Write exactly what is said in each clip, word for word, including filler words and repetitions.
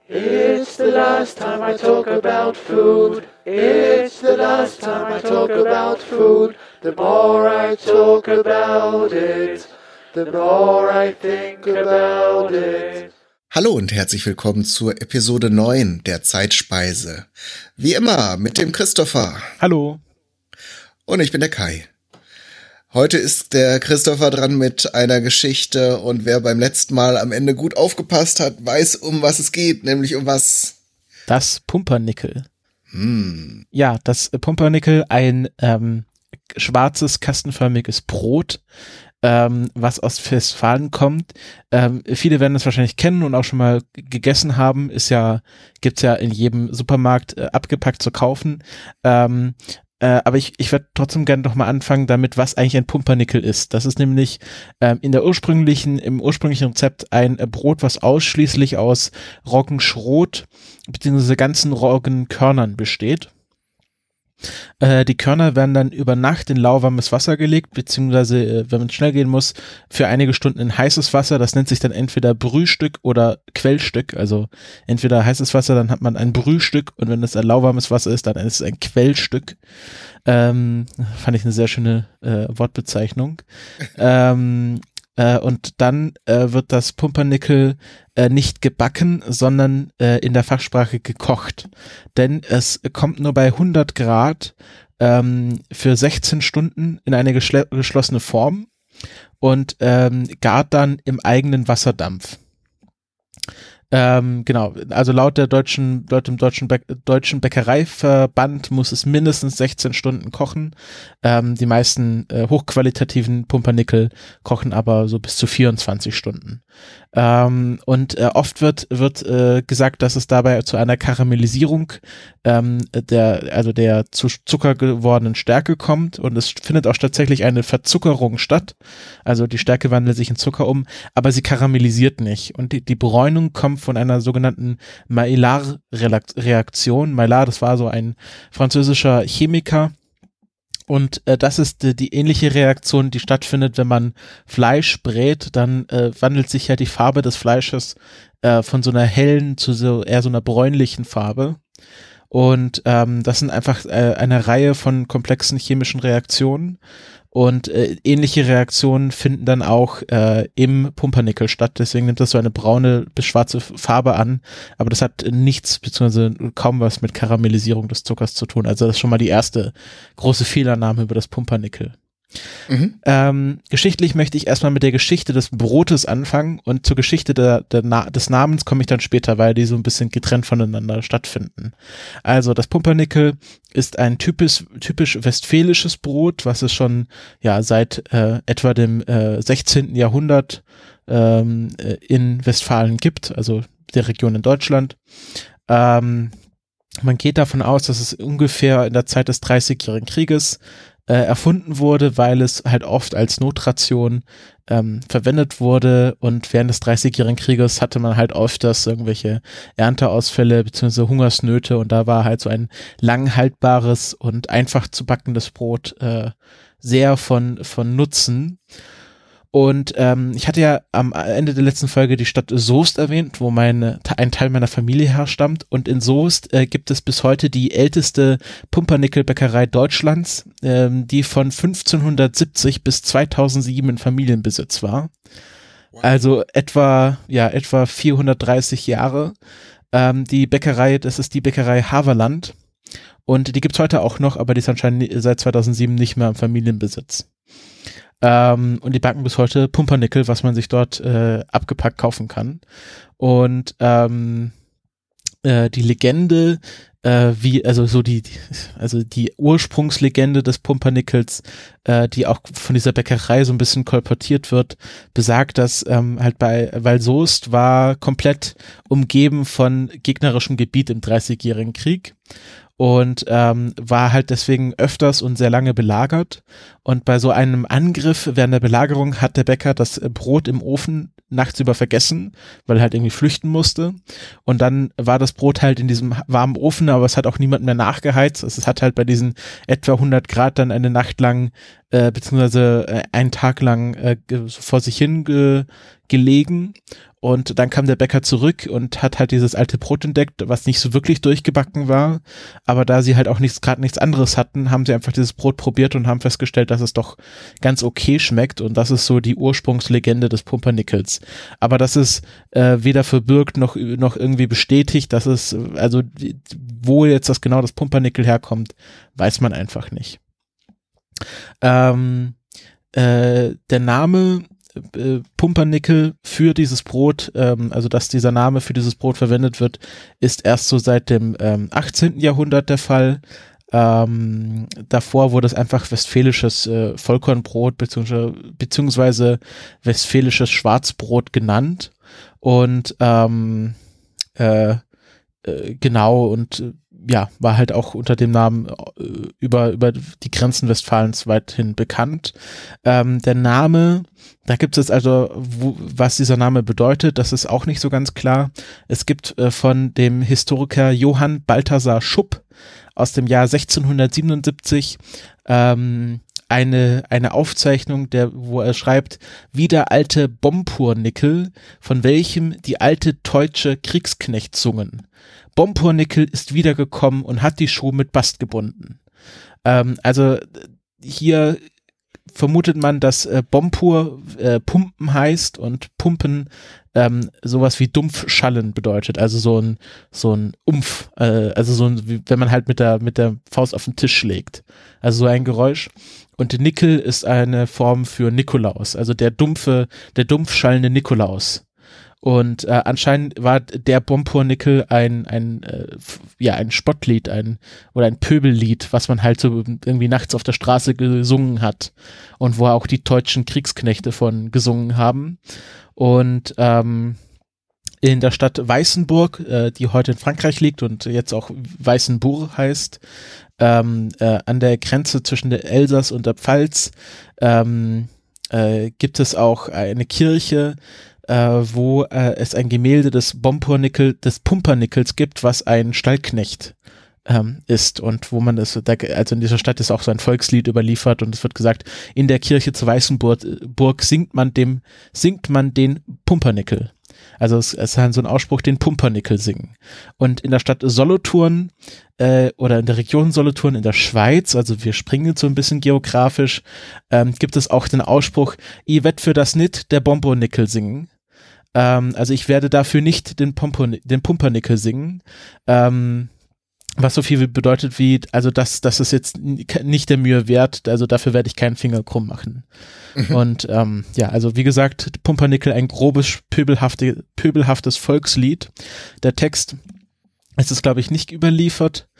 It's the last time I talk about food. It's the last time I talk about food. The more I talk about it, the more I think about it. Hallo und herzlich willkommen zur Episode neun der Zeitspeise. Wie immer mit dem Christopher. Hallo. Und ich bin der Kai. Heute ist der Christopher dran mit einer Geschichte und wer beim letzten Mal am Ende gut aufgepasst hat, weiß, um was es geht, nämlich um was? Das Pumpernickel. Hm. Ja, das Pumpernickel, ein ähm, schwarzes, kastenförmiges Brot, ähm, was aus Westfalen kommt. Ähm, viele werden es wahrscheinlich kennen und auch schon mal g- gegessen haben. Ist ja, gibt's ja in jedem Supermarkt äh, abgepackt zu kaufen. Ähm, Äh, aber ich, ich werde trotzdem gerne noch mal anfangen damit, was eigentlich ein Pumpernickel ist. Das ist nämlich ähm, in der ursprünglichen, im ursprünglichen Rezept ein äh, Brot, was ausschließlich aus Roggenschrot bzw. ganzen Roggenkörnern besteht. Äh, die Körner werden dann über Nacht in lauwarmes Wasser gelegt, beziehungsweise, äh, wenn man schnell gehen muss, für einige Stunden in heißes Wasser. Das nennt sich dann entweder Brühstück oder Quellstück. Also entweder heißes Wasser, dann hat man ein Brühstück und wenn es ein lauwarmes Wasser ist, dann ist es ein Quellstück. Ähm, fand ich eine sehr schöne äh, Wortbezeichnung. ähm, äh, und dann äh, wird das Pumpernickel äh, nicht gebacken, sondern äh, in der Fachsprache gekocht. Denn es kommt nur bei hundert Grad ähm, für sechzehn Stunden in eine geschl- geschlossene Form und ähm, gart dann im eigenen Wasserdampf. Ähm, genau, also laut der deutschen, laut dem deutschen, Bä- deutschen Bäckereiverband muss es mindestens sechzehn Stunden kochen. Ähm, die meisten äh, hochqualitativen Pumpernickel kochen aber so bis zu vierundzwanzig Stunden. Ähm, und äh, oft wird wird äh, gesagt, dass es dabei zu einer Karamellisierung ähm, der, also der zu Zucker gewordenen Stärke kommt und es findet auch tatsächlich eine Verzuckerung statt. Also die Stärke wandelt sich in Zucker um, aber sie karamellisiert nicht. Und die, die Bräunung kommt von einer sogenannten Maillard-Reaktion. Maillard, das war so ein französischer Chemiker. Und äh, das ist äh, die ähnliche Reaktion, die stattfindet, wenn man Fleisch brät, dann äh, wandelt sich ja die Farbe des Fleisches äh, von so einer hellen zu so eher so einer bräunlichen Farbe. Und ähm, das sind einfach äh, eine Reihe von komplexen chemischen Reaktionen. Und äh, ähnliche Reaktionen finden dann auch äh, im Pumpernickel statt. Deswegen nimmt das so eine braune bis schwarze Farbe an. Aber das hat nichts, beziehungsweise kaum was mit Karamellisierung des Zuckers zu tun. Also das ist schon mal die erste große Fehlannahme über das Pumpernickel. Mhm. Ähm, geschichtlich möchte ich erstmal mit der Geschichte des Brotes anfangen und zur Geschichte der, der Na- des Namens komme ich dann später, weil die so ein bisschen getrennt voneinander stattfinden. Also das Pumpernickel ist ein typisch, typisch westfälisches Brot, was es schon ja seit äh, etwa dem äh, sechzehnten Jahrhundert ähm, äh, in Westfalen gibt, also der Region in Deutschland. Ähm, man geht davon aus, dass es ungefähr in der Zeit des Dreißigjährigen Krieges Äh, erfunden wurde, weil es halt oft als Notration ähm, verwendet wurde und während des Dreißigjährigen Krieges hatte man halt öfters irgendwelche Ernteausfälle bzw. Hungersnöte und da war halt so ein lang haltbares und einfach zu backendes Brot äh, sehr von, von Nutzen. Und ähm, ich hatte ja am Ende der letzten Folge die Stadt Soest erwähnt, wo meine, ein Teil meiner Familie herstammt. Und in Soest äh, gibt es bis heute die älteste Pumpernickel-Bäckerei Deutschlands, ähm, die von fünfzehnhundertsiebzig bis zweitausendsieben in Familienbesitz war. Wow. Also etwa, ja, etwa vierhundertdreißig Jahre. Ähm, die Bäckerei, das ist die Bäckerei Haverland. Und die gibt's heute auch noch, aber die ist anscheinend seit zweitausendsieben nicht mehr im Familienbesitz. Ähm, und die backen bis heute Pumpernickel, was man sich dort äh, abgepackt kaufen kann. Und ähm, äh, die Legende, äh, wie, also so die, die, also die Ursprungslegende des Pumpernickels, äh, die auch von dieser Bäckerei so ein bisschen kolportiert wird, besagt, dass ähm, halt bei, weil Soest war komplett umgeben von gegnerischem Gebiet im Dreißigjährigen Krieg. Und ähm, war halt deswegen öfters und sehr lange belagert. Und bei so einem Angriff während der Belagerung hat der Bäcker das Brot im Ofen nachts über vergessen, weil er halt irgendwie flüchten musste. Und dann war das Brot halt in diesem warmen Ofen, aber es hat auch niemand mehr nachgeheizt. Es hat halt bei diesen etwa hundert Grad dann eine Nacht lang äh, beziehungsweise äh, einen Tag lang äh, vor sich hin ge gelegen. Und dann kam der Bäcker zurück und hat halt dieses alte Brot entdeckt, was nicht so wirklich durchgebacken war. Aber da sie halt auch nichts, gerade nichts anderes hatten, haben sie einfach dieses Brot probiert und haben festgestellt, dass es doch ganz okay schmeckt. Und das ist so die Ursprungslegende des Pumpernickels. Aber das ist äh, weder verbürgt noch, noch irgendwie bestätigt. Das ist, also wo jetzt das genau das Pumpernickel herkommt, weiß man einfach nicht. Ähm, äh, der Name Äh, Pumpernickel für dieses Brot, ähm, also dass dieser Name für dieses Brot verwendet wird, ist erst so seit dem ähm, achtzehnten Jahrhundert der Fall. Ähm, davor wurde es einfach westfälisches äh, Vollkornbrot beziehungsweise, beziehungsweise westfälisches Schwarzbrot genannt und ähm, äh, äh, genau und äh, ja, war halt auch unter dem Namen äh, über, über die Grenzen Westfalens weithin bekannt. Ähm, der Name, da gibt es also, wo, was dieser Name bedeutet, das ist auch nicht so ganz klar. Es gibt äh, von dem Historiker Johann Balthasar Schupp aus dem Jahr sechzehnhundertsiebenundsiebzig ähm, eine, eine Aufzeichnung, der, wo er schreibt, wie der alte Bompurnickel, von welchem die alte deutsche Kriegsknecht sungen. Bompurnickel ist wiedergekommen und hat die Schuhe mit Bast gebunden. Ähm, also hier vermutet man, dass äh, Bompur äh, Pumpen heißt und Pumpen ähm, sowas wie Dumpfschallen bedeutet, also so ein so ein Umf, äh, also so ein, wie, wenn man halt mit der mit der Faust auf den Tisch schlägt, also so ein Geräusch. Und Nickel ist eine Form für Nikolaus, also der dumpfe, der dumpfschallende Nikolaus. Und äh, anscheinend war der Bompurnickel ein ein äh, f- ja ein Spottlied, ein oder ein Pöbellied, was man halt so irgendwie nachts auf der Straße gesungen hat und wo auch die deutschen Kriegsknechte von gesungen haben. Und ähm, in der Stadt Weißenburg, äh, die heute in Frankreich liegt und jetzt auch Weißenburg heißt, ähm, äh, an der Grenze zwischen der Elsass und der Pfalz, ähm, äh, gibt es auch eine Kirche, äh, wo äh, es ein Gemälde des Bompurnickel, des Pumpernickels gibt, was ein Stallknecht ähm, ist und wo man das, da, also in dieser Stadt ist auch so ein Volkslied überliefert und es wird gesagt, in der Kirche zu Weißenburg Burg singt man dem, singt man den Pumpernickel. Also es, es ist so ein Ausspruch, den Pumpernickel singen. Und in der Stadt Solothurn äh, oder in der Region Solothurn in der Schweiz, also wir springen jetzt so ein bisschen geografisch, ähm, gibt es auch den Ausspruch, ich wett für das nit der Bompurnickel singen. Ähm, also ich werde dafür nicht den, Pompon- den Pumpernickel singen. Ähm, was so viel bedeutet wie, also das, das ist jetzt nicht der Mühe wert, also dafür werde ich keinen Finger krumm machen. Mhm. Und ähm, ja, also wie gesagt, Pumpernickel, ein grobes, pöbelhafte, pöbelhaftes Volkslied. Der Text, es ist, glaube ich, nicht überliefert.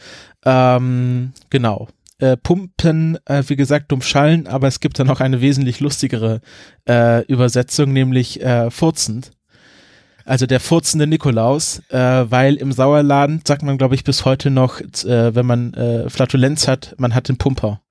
Ähm, genau. Äh, Pumpen, äh, wie gesagt, dumpfschallen, aber es gibt dann noch eine wesentlich lustigere äh, Übersetzung, nämlich äh, furzend. Also der furzende Nikolaus, äh, weil im Sauerland sagt man, glaube ich, bis heute noch, äh, wenn man äh, Flatulenz hat, man hat den Pumper.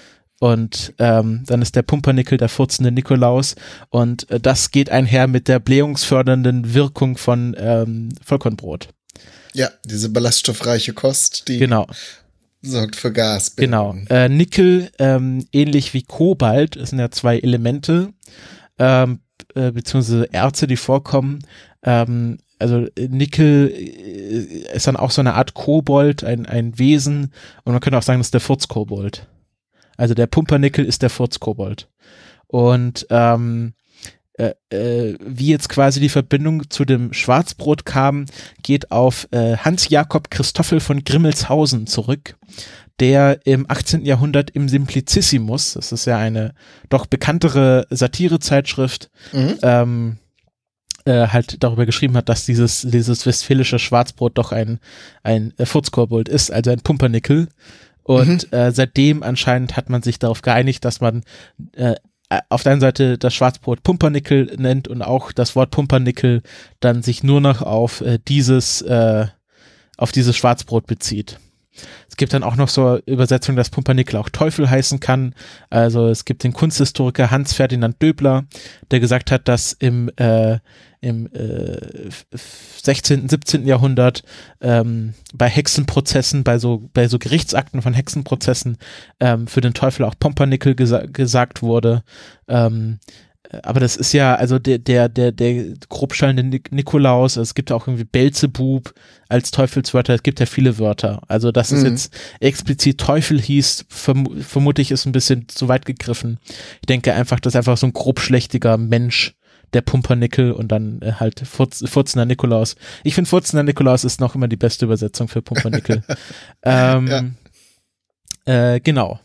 Und ähm, dann ist der Pumpernickel der furzende Nikolaus und äh, das geht einher mit der blähungsfördernden Wirkung von ähm, Vollkornbrot. Ja, diese ballaststoffreiche Kost, die genau. sorgt für Gas. Genau. Äh, Nickel, ähm, ähnlich wie Kobalt, es sind ja zwei Elemente, ähm, äh, beziehungsweise Erze, die vorkommen. Ähm, also Nickel ist dann auch so eine Art Kobold, ein, ein Wesen und man könnte auch sagen, das ist der Furzkobold. Also der Pumpernickel ist der Furzkobold. Und ähm, äh, äh, wie jetzt quasi die Verbindung zu dem Schwarzbrot kam, geht auf äh, Hans-Jakob Christoffel von Grimmelshausen zurück, der im achtzehnten Jahrhundert im Simplicissimus, das ist ja eine doch bekanntere Satirezeitschrift, mhm. ähm, äh, halt darüber geschrieben hat, dass dieses dieses westfälische Schwarzbrot doch ein ein äh, Furzkobold ist, also ein Pumpernickel. Und mhm. äh, seitdem anscheinend hat man sich darauf geeinigt, dass man äh, auf der einen Seite das Schwarzbrot Pumpernickel nennt und auch das Wort Pumpernickel dann sich nur noch auf äh, dieses äh, auf dieses Schwarzbrot bezieht. es gibt dann auch noch so Übersetzungen, dass Pumpernickel auch Teufel heißen kann. Also es gibt den Kunsthistoriker Hans Ferdinand Döbler, der gesagt hat, dass im äh, im äh, sechzehnten, siebzehnten Jahrhundert ähm, bei Hexenprozessen, bei so bei so Gerichtsakten von Hexenprozessen ähm, für den Teufel auch Pumpernickel gesa- gesagt wurde. Ähm, aber das ist ja, also der der der der grobschallende Nik- Nikolaus, es gibt auch irgendwie Belzebub als Teufelswörter, es gibt ja viele Wörter. Also dass es mhm. jetzt explizit Teufel hieß, verm- vermute ich, ist ein bisschen zu weit gegriffen. Ich denke einfach, das ist einfach so ein grobschlächtiger Mensch, der Pumpernickel und dann äh, halt Furz, Furzender Nikolaus. Ich finde, Furzender Nikolaus ist noch immer die beste Übersetzung für Pumpernickel. ähm, ja. äh, genau.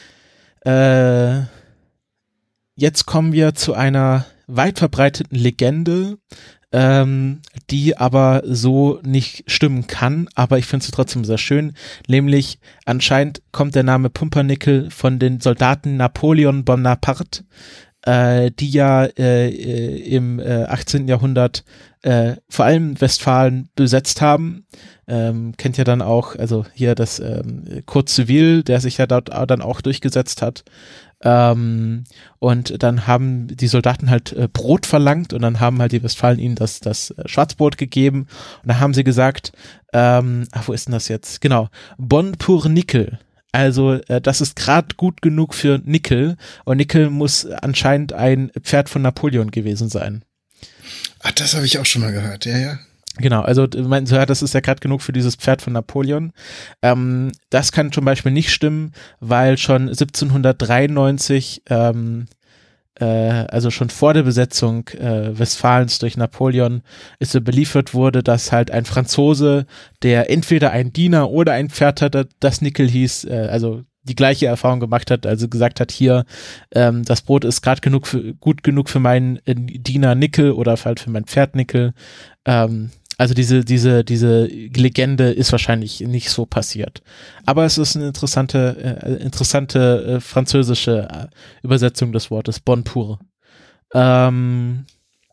Äh, jetzt kommen wir zu einer weit verbreiteten Legende, ähm, die aber so nicht stimmen kann, aber ich finde sie trotzdem sehr schön, nämlich anscheinend kommt der Name Pumpernickel von den Soldaten Napoleon Bonaparte, Äh, die ja äh, im äh, achtzehnten Jahrhundert äh, vor allem Westfalen besetzt haben. Ähm, kennt ja dann auch, also hier das ähm, Kurt Civil, der sich ja dort dann auch durchgesetzt hat. Ähm, und dann haben die Soldaten halt äh, Brot verlangt und dann haben halt die Westfalen ihnen das, das äh, Schwarzbrot gegeben und dann haben sie gesagt, ähm, ach, wo ist denn das jetzt? Genau, Bon pour Nickel. Also äh, das ist gerade gut genug für Nickel und Nickel muss anscheinend ein Pferd von Napoleon gewesen sein. Ach, das habe ich auch schon mal gehört, ja, ja. Genau, also meinten so, ja, das ist ja gerade genug für dieses Pferd von Napoleon. Ähm, das kann zum Beispiel nicht stimmen, weil schon siebzehnhundertdreiundneunzig, ähm, äh, also schon vor der Besetzung äh, Westfalens durch Napoleon, ist so beliefert wurde, dass halt ein Franzose, der entweder ein Diener oder ein Pferd hatte, das Nickel hieß, äh, also die gleiche Erfahrung gemacht hat, also gesagt hat, hier, ähm, das Brot ist gerade genug für, gut genug für meinen äh, Diener Nickel oder halt für mein Pferd Nickel. Ähm, also diese, diese, diese Legende ist wahrscheinlich nicht so passiert. Aber es ist eine interessante, äh, interessante äh, französische äh, Übersetzung des Wortes Bon pour. Ähm,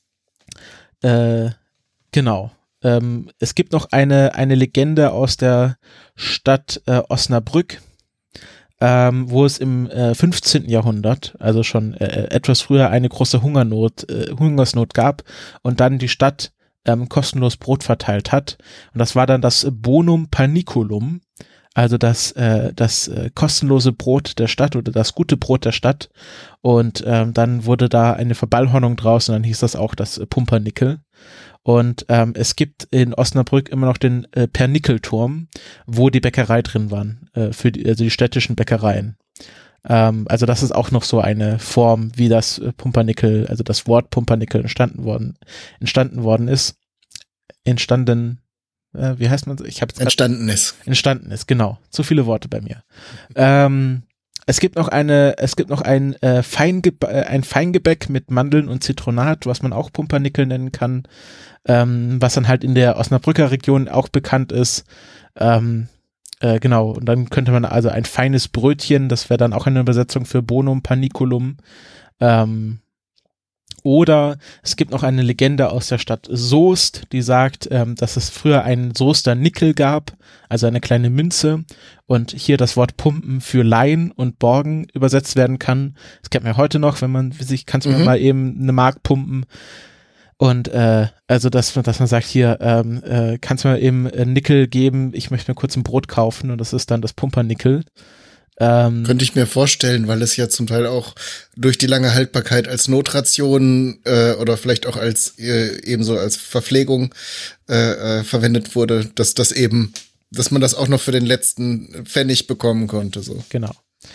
äh, genau. Ähm, es gibt noch eine, eine Legende aus der Stadt äh, Osnabrück, Ähm, wo es im äh, fünfzehnten Jahrhundert, also schon äh, etwas früher, eine große Hungernot, äh, Hungersnot gab und dann die Stadt ähm, kostenlos Brot verteilt hat. Und das war dann das Bonum Paniculum, also das, äh, das äh, kostenlose Brot der Stadt oder das gute Brot der Stadt. Und ähm, dann wurde da eine Verballhornung draus und dann hieß das auch das äh, Pumpernickel. Und ähm, es gibt in Osnabrück immer noch den äh, Pernickelturm, wo die Bäckerei drin waren, äh, für die, also die städtischen Bäckereien. Ähm, also das ist auch noch so eine Form, wie das äh, Pumpernickel, also das Wort Pumpernickel entstanden worden, entstanden worden ist. Entstanden, äh, wie heißt man? Ich habe entstanden ist. Entstanden ist, genau. Zu viele Worte bei mir. ähm, Es gibt noch eine, es gibt noch ein, äh, Feingebe- äh, ein Feingebäck mit Mandeln und Zitronat, was man auch Pumpernickel nennen kann, ähm, was dann halt in der Osnabrücker Region auch bekannt ist. Ähm, äh, genau, und dann könnte man also ein feines Brötchen, das wäre dann auch eine Übersetzung für Bonum Paniculum. Ähm, Oder es gibt noch eine Legende aus der Stadt Soest, die sagt, ähm, dass es früher einen Soester Nickel gab, also eine kleine Münze, und hier das Wort Pumpen für Leihen und Borgen übersetzt werden kann. Das kennt man ja heute noch, wenn man sich, kannst du mhm. mal eben eine Mark pumpen. Und äh, also, dass, dass man sagt, hier, ähm, äh, kannst du mir eben äh, Nickel geben, ich möchte mir kurz ein Brot kaufen, und das ist dann das Pumpernickel. Ähm, Könnte ich mir vorstellen, weil es ja zum Teil auch durch die lange Haltbarkeit als Notration äh, oder vielleicht auch als äh, ebenso als Verpflegung äh, äh, verwendet wurde, dass das eben, dass man das auch noch für den letzten Pfennig bekommen konnte. So. Genau.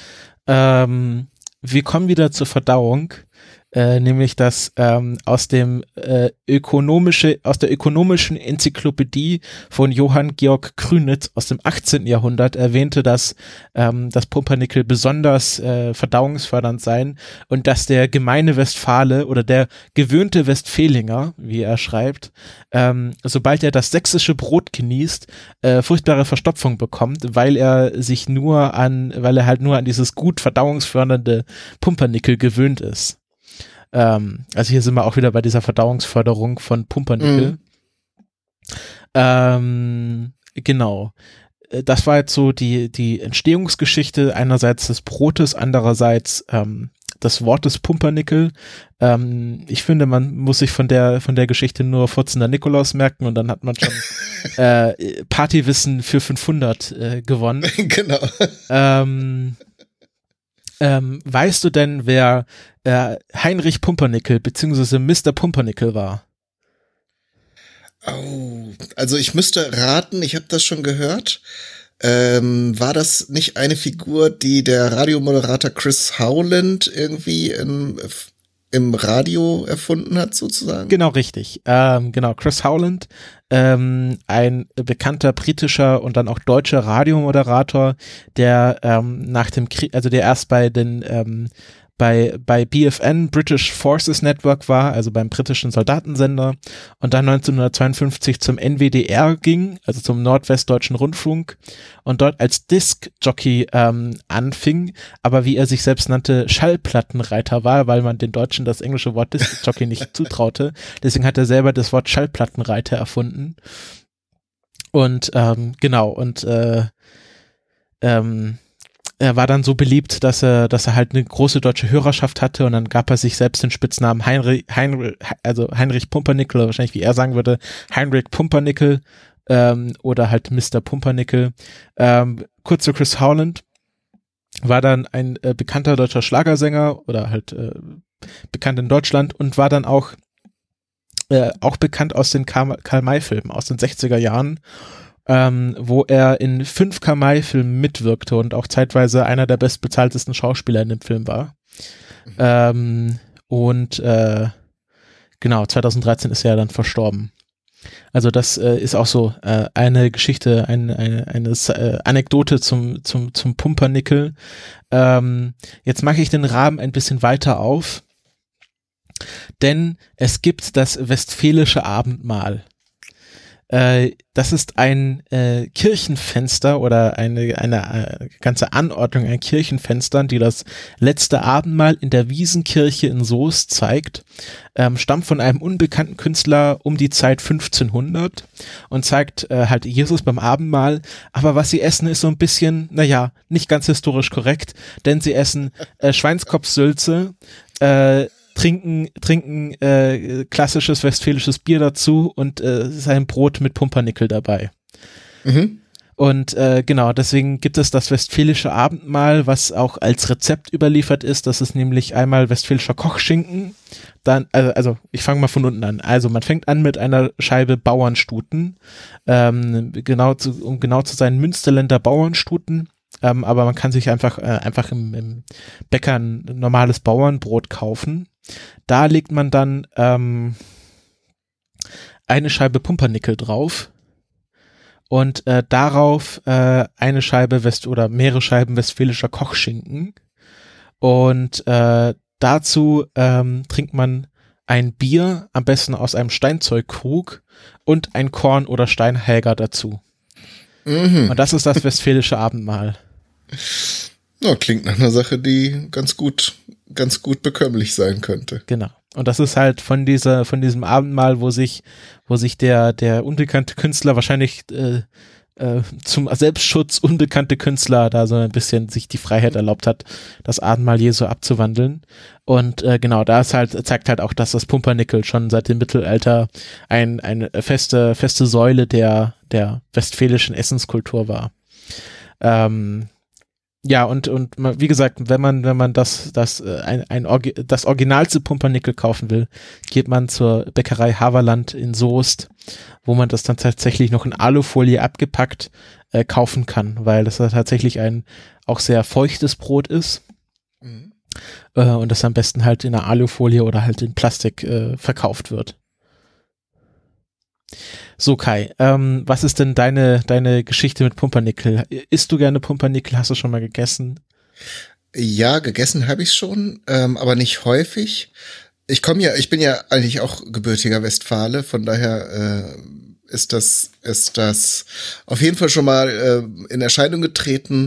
Ähm, wir kommen wieder zur Verdauung. Äh, nämlich dass ähm, aus dem äh, ökonomische aus der ökonomischen Enzyklopädie von Johann Georg Krünitz aus dem achtzehnten Jahrhundert erwähnte, dass ähm, das Pumpernickel besonders äh, verdauungsfördernd sein und dass der gemeine Westfale oder der gewöhnte Westfälinger, wie er schreibt, ähm, sobald er das sächsische Brot genießt, äh, furchtbare Verstopfung bekommt, weil er sich nur an, weil er halt nur an dieses gut verdauungsfördernde Pumpernickel gewöhnt ist. Also hier sind wir auch wieder bei dieser Verdauungsförderung von Pumpernickel. Mhm. Ähm, genau. das war jetzt so die, die Entstehungsgeschichte einerseits des Brotes, andererseits ähm, des Wortes Pumpernickel. Ähm, ich finde, man muss sich von der von der Geschichte nur Furzender Nikolaus merken und dann hat man schon äh, Partywissen für fünfhundert äh, gewonnen. Genau. Ähm, ähm, weißt du denn, wer äh, Heinrich Pumpernickel beziehungsweise Mister Pumpernickel war? Oh, also ich müsste raten, ich habe das schon gehört. Ähm, war das nicht eine Figur, die der Radiomoderator Chris Howland irgendwie im, im Radio erfunden hat, sozusagen? Genau, richtig. Ähm, genau, Chris Howland, ähm, ein bekannter britischer und dann auch deutscher Radiomoderator, der ähm, nach dem Krieg, also der erst bei den ähm, bei bei B F N, British Forces Network war, also beim britischen Soldatensender und dann neunzehnhundertzweiundfünfzig zum N W D R ging, also zum Nordwestdeutschen Rundfunk und dort als Disc-Jockey ähm, anfing, aber wie er sich selbst nannte, Schallplattenreiter war, weil man den Deutschen das englische Wort Disc-Jockey nicht zutraute. Deswegen hat er selber das Wort Schallplattenreiter erfunden. Und ähm, genau, und äh, ähm, er war dann so beliebt, dass er, dass er halt eine große deutsche Hörerschaft hatte und dann gab er sich selbst den Spitznamen Heinrich, Heinrich, also Heinrich Pumpernickel, oder wahrscheinlich wie er sagen würde, Heinrich Pumpernickel ähm, oder halt Mister Pumpernickel. Ähm, kurz zu Chris Howland, war dann ein äh, bekannter deutscher Schlagersänger oder halt äh, bekannt in Deutschland und war dann auch äh, auch bekannt aus den Karl-May-Filmen aus den sechziger Jahren. Ähm, wo er in fünf Karl-May-Filmen mitwirkte und auch zeitweise einer der bestbezahltesten Schauspieler in dem Film war. Mhm. Ähm, und äh, genau, zweitausenddreizehn ist er ja dann verstorben. Also das äh, ist auch so äh, eine Geschichte, ein, eine, eine äh, Anekdote zum, zum, zum Pumpernickel. Ähm, jetzt mache ich den Rahmen ein bisschen weiter auf, denn es gibt das Westfälische Abendmahl. Das ist ein äh, Kirchenfenster oder eine, eine äh, ganze Anordnung an Kirchenfenstern, die das letzte Abendmahl in der Wiesenkirche in Soest zeigt, ähm, stammt von einem unbekannten Künstler um die Zeit fünfzehnhundert und zeigt äh, halt Jesus beim Abendmahl, aber was sie essen ist so ein bisschen, naja, nicht ganz historisch korrekt, denn sie essen äh, Schweinskopfsülze, äh, trinken trinken äh, klassisches westfälisches Bier dazu und äh, es ist ein Brot mit Pumpernickel dabei. Mhm. Und äh, genau, deswegen gibt es das westfälische Abendmahl, was auch als Rezept überliefert ist. Das ist nämlich einmal westfälischer Kochschinken, dann, also, also ich fange mal von unten an. Also man fängt an mit einer Scheibe Bauernstuten, ähm, genau zu, um genau zu sein, Münsterländer Bauernstuten. Ähm, aber man kann sich einfach, äh, einfach im, im Bäcker ein normales Bauernbrot kaufen. Da legt man dann ähm, eine Scheibe Pumpernickel drauf und äh, darauf äh, eine Scheibe West- oder mehrere Scheiben westfälischer Kochschinken und äh, dazu ähm, trinkt man ein Bier, am besten aus einem Steinzeugkrug und ein Korn oder Steinhäger dazu. Mhm. Und das ist das westfälische Abendmahl. Ja, klingt nach einer Sache, die ganz gut, ganz gut bekömmlich sein könnte. Genau. Und das ist halt von dieser, von diesem Abendmahl, wo sich, wo sich der, der unbekannte Künstler wahrscheinlich äh, äh, zum Selbstschutz unbekannte Künstler da so ein bisschen sich die Freiheit erlaubt hat, das Abendmahl Jesu abzuwandeln. Und äh, genau, da ist halt, zeigt halt auch, dass das Pumpernickel schon seit dem Mittelalter ein, eine feste, feste Säule der, der westfälischen Essenskultur war. Ähm, Ja, und, und wie gesagt, wenn man, wenn man das, das, ein, ein, das originalste Pumpernickel kaufen will, geht man zur Bäckerei Haverland in Soest, wo man das dann tatsächlich noch in Alufolie abgepackt äh, kaufen kann, weil das tatsächlich ein auch sehr feuchtes Brot ist. Mhm. Äh, und das am besten halt in einer Alufolie oder halt in Plastik äh, verkauft wird. So Kai, ähm, was ist denn deine deine Geschichte mit Pumpernickel? Isst du gerne Pumpernickel? Hast du schon mal gegessen? Ja, gegessen habe ich schon, ähm, aber nicht häufig. Ich komme ja, ich bin ja eigentlich auch gebürtiger Westfale, von daher äh, ist das ist das auf jeden Fall schon mal äh, in Erscheinung getreten.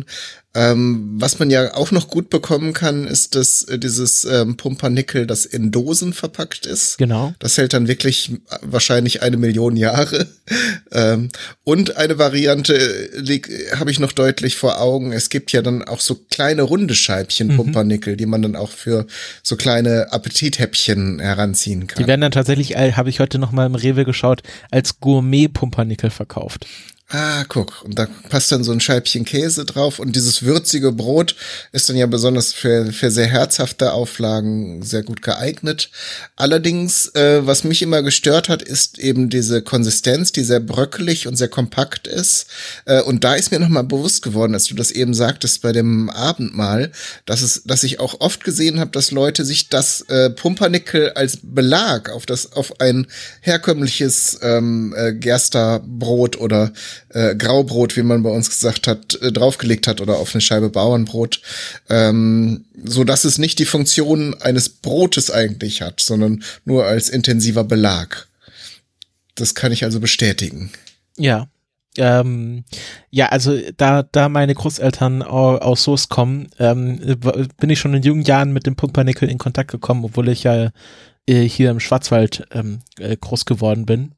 Ähm, was man ja auch noch gut bekommen kann, ist das, äh, dieses ähm, Pumpernickel, das in Dosen verpackt ist. Genau. Das hält dann wirklich wahrscheinlich eine Million Jahre. ähm, und eine Variante äh, habe ich noch deutlich vor Augen. Es gibt ja dann auch so kleine runde Scheibchen mhm. Pumpernickel, die man dann auch für so kleine Appetithäppchen heranziehen kann. Die werden dann tatsächlich, äh, habe ich heute noch mal im Rewe geschaut, als Gourmet-Pumpernickel verkauft. Ah, guck, und da passt dann so ein Scheibchen Käse drauf und dieses würzige Brot ist dann ja besonders für, für sehr herzhafte Auflagen sehr gut geeignet. Allerdings, äh, was mich immer gestört hat, ist eben diese Konsistenz, die sehr bröckelig und sehr kompakt ist. Äh, und da ist mir nochmal bewusst geworden, als du das eben sagtest bei dem Abendmahl, dass es, dass ich auch oft gesehen habe, dass Leute sich das äh, Pumpernickel als Belag auf das, auf ein herkömmliches ähm, äh, Gersterbrot oder Äh, Graubrot, wie man bei uns gesagt hat, äh, draufgelegt hat oder auf eine Scheibe Bauernbrot, ähm, so dass es nicht die Funktion eines Brotes eigentlich hat, sondern nur als intensiver Belag. Das kann ich also bestätigen. Ja. Ähm, ja, also da da meine Großeltern au, aus Soest kommen, ähm, bin ich schon in jungen Jahren mit dem Pumpernickel in Kontakt gekommen, obwohl ich ja äh, hier im Schwarzwald ähm, äh, groß geworden bin.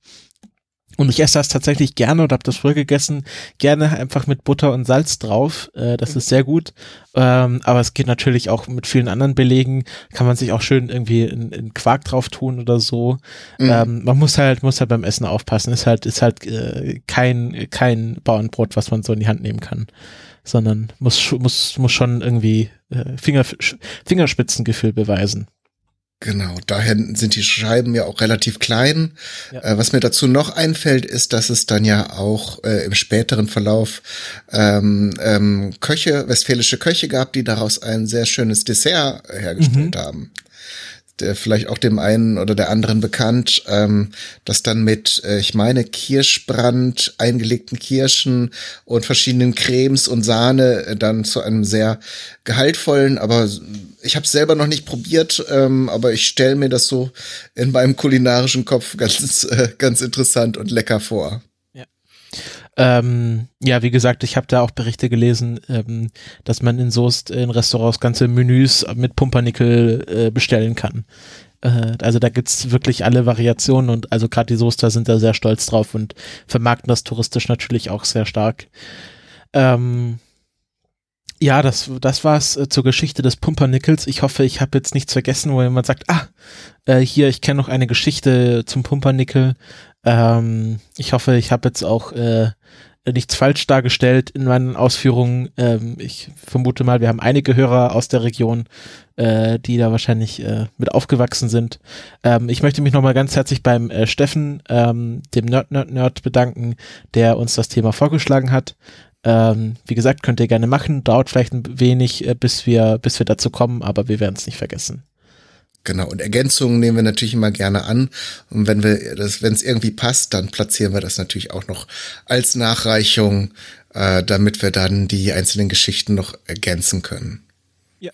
Und ich esse das tatsächlich gerne oder habe das früher gegessen, gerne einfach mit Butter und Salz drauf. Äh, das ist sehr gut. Ähm, aber es geht natürlich auch mit vielen anderen Belegen. Kann man sich auch schön irgendwie in, in Quark drauf tun oder so. Mhm. Ähm, man muss halt muss halt beim Essen aufpassen. Ist halt ist halt äh, kein kein Bauernbrot, was man so in die Hand nehmen kann, sondern muss muss muss schon irgendwie äh, Finger, Fingerspitzengefühl beweisen. Genau, daher sind die Scheiben ja auch relativ klein. Ja. Äh, was mir dazu noch einfällt, ist, dass es dann ja auch äh, im späteren Verlauf ähm, ähm, Köche, westfälische Köche gab, die daraus ein sehr schönes Dessert hergestellt mhm. haben. Der vielleicht auch dem einen oder der anderen bekannt, ähm, das dann mit, äh, ich meine, Kirschbrand, eingelegten Kirschen und verschiedenen Cremes und Sahne äh, dann zu einem sehr gehaltvollen, aber ich habe es selber noch nicht probiert, ähm, aber ich stelle mir das so in meinem kulinarischen Kopf ganz, äh, ganz interessant und lecker vor. Ja. Ähm, ja, wie gesagt, ich habe da auch Berichte gelesen, ähm, dass man in Soest in Restaurants ganze Menüs mit Pumpernickel äh, bestellen kann. Äh, also da gibt's wirklich alle Variationen und also gerade die Soester sind da sehr stolz drauf und vermarkten das touristisch natürlich auch sehr stark. Ähm, ja, das, das war's äh, zur Geschichte des Pumpernickels. Ich hoffe, ich habe jetzt nichts vergessen, wo jemand sagt, ah, äh, hier, ich kenne noch eine Geschichte zum Pumpernickel. Ähm, ich hoffe, ich habe jetzt auch äh, nichts falsch dargestellt in meinen Ausführungen. Ähm, ich vermute mal, wir haben einige Hörer aus der Region, äh, die da wahrscheinlich äh, mit aufgewachsen sind. Ähm, ich möchte mich nochmal ganz herzlich beim äh, Steffen, ähm, dem Nerd Nerd Nerd bedanken, der uns das Thema vorgeschlagen hat. Ähm, wie gesagt, könnt ihr gerne machen. Dauert vielleicht ein wenig, äh, bis wir, bis wir dazu kommen, aber wir werden es nicht vergessen. Genau, und Ergänzungen nehmen wir natürlich immer gerne an. Und wenn wir das, wenn es irgendwie passt, dann platzieren wir das natürlich auch noch als Nachreichung, äh, damit wir dann die einzelnen Geschichten noch ergänzen können. Ja.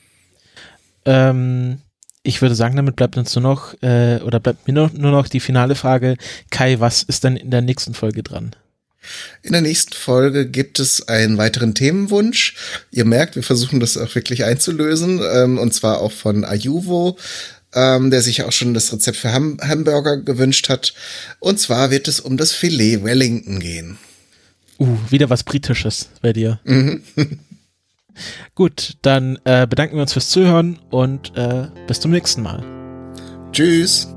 Ähm, ich würde sagen, damit bleibt uns nur noch, äh, oder bleibt mir nur, nur noch die finale Frage. Kai, was ist denn in der nächsten Folge dran? In der nächsten Folge gibt es einen weiteren Themenwunsch. Ihr merkt, wir versuchen das auch wirklich einzulösen, ähm, und zwar auch von Ayuvo, ähm, der sich auch schon das Rezept für Ham- Hamburger gewünscht hat. Und zwar wird es um das Filet Wellington gehen. Uh, wieder was Britisches bei dir. Mhm. Gut, dann äh, bedanken wir uns fürs Zuhören und äh, bis zum nächsten Mal. Tschüss.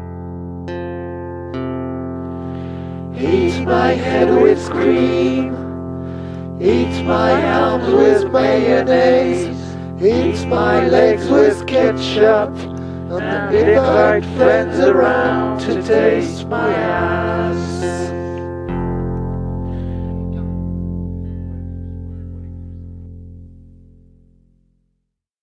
Eat my head with cream, eat my arms with mayonnaise, eat my legs with ketchup, and invite friends around to taste my ass.